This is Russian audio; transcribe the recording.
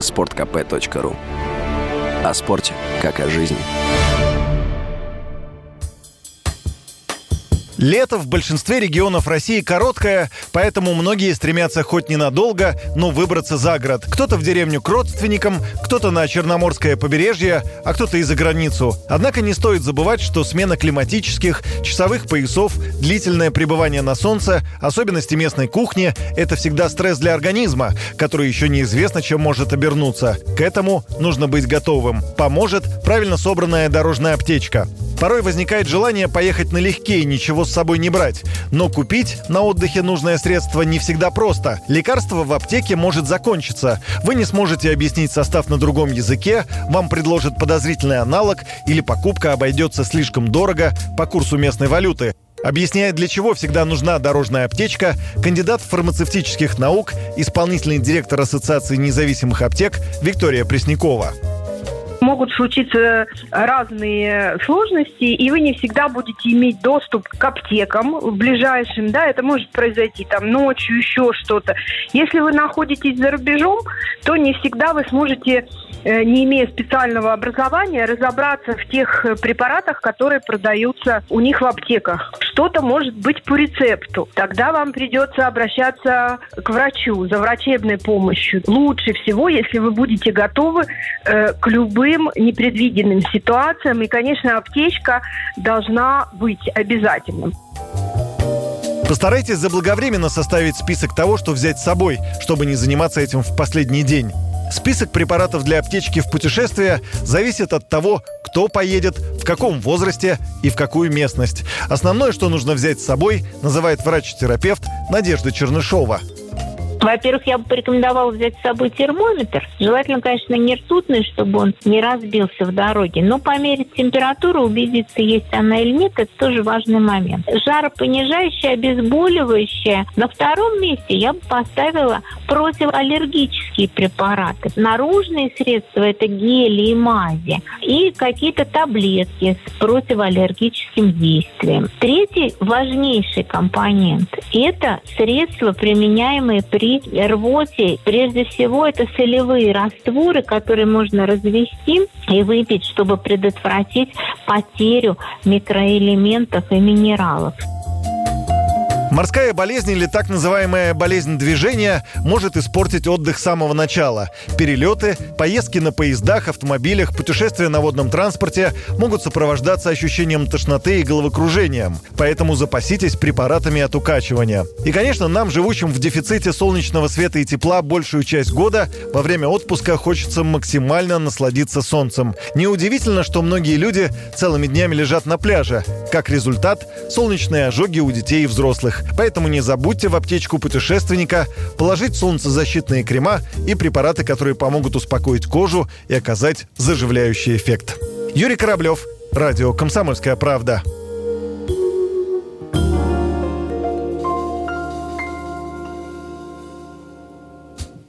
sportkp.ru. О спорте, как о жизни. Лето в большинстве регионов России короткое, поэтому многие стремятся хоть ненадолго, но выбраться за город. Кто-то в деревню к родственникам, кто-то на Черноморское побережье, а кто-то и за границу. Однако не стоит забывать, что смена климатических, часовых поясов, длительное пребывание на солнце, особенности местной кухни – это всегда стресс для организма, который еще неизвестно, чем может обернуться. К этому нужно быть готовым. Поможет правильно собранная дорожная аптечка. Порой возникает желание поехать налегке и ничего с собой не брать. Но купить на отдыхе нужное средство не всегда просто. Лекарство в аптеке может закончиться. Вы не сможете объяснить состав на другом языке, вам предложат подозрительный аналог или покупка обойдется слишком дорого по курсу местной валюты. Объясняет, для чего всегда нужна дорожная аптечка, кандидат фармацевтических наук, исполнительный директор Ассоциации независимых аптек Виктория Преснякова. Могут случиться разные сложности, и вы не всегда будете иметь доступ к аптекам в ближайшем, да, это может произойти там ночью, еще что-то. Если вы находитесь за рубежом, то не всегда вы сможете, не имея специального образования, разобраться в тех препаратах, которые продаются у них в аптеках. Что-то может быть по рецепту. Тогда вам придется обращаться к врачу за врачебной помощью. Лучше всего, если вы будете готовы к любым непредвиденным ситуациям. И, конечно, аптечка должна быть обязательным. Постарайтесь заблаговременно составить список того, что взять с собой, чтобы не заниматься этим в последний день. Список препаратов для аптечки в путешествие зависит от того, кто поедет, в каком возрасте и в какую местность. Основное, что нужно взять с собой, называет врач-терапевт Надежда Чернышова. Во-первых, я бы порекомендовала взять с собой термометр. Желательно, конечно, не ртутный, чтобы он не разбился в дороге, но померить температуру, убедиться, есть она или нет, это тоже важный момент. Жаропонижающее, обезболивающее. На втором месте я бы поставила противоаллергические препараты. Наружные средства – это гели и мази. И какие-то таблетки с противоаллергическим действием. Третий важнейший компонент – это средства, применяемые при рвоте. Прежде всего, это солевые растворы, которые можно развести и выпить, чтобы предотвратить потерю микроэлементов и минералов. Морская болезнь или так называемая болезнь движения может испортить отдых с самого начала. Перелеты, поездки на поездах, автомобилях, путешествия на водном транспорте могут сопровождаться ощущением тошноты и головокружением. Поэтому запаситесь препаратами от укачивания. И, конечно, нам, живущим в дефиците солнечного света и тепла большую часть года, во время отпуска хочется максимально насладиться солнцем. Неудивительно, что многие люди целыми днями лежат на пляже. Как результат – солнечные ожоги у детей и взрослых. Поэтому не забудьте в аптечку путешественника положить солнцезащитные крема и препараты, которые помогут успокоить кожу и оказать заживляющий эффект. Юрий Кораблев, радио «Комсомольская правда».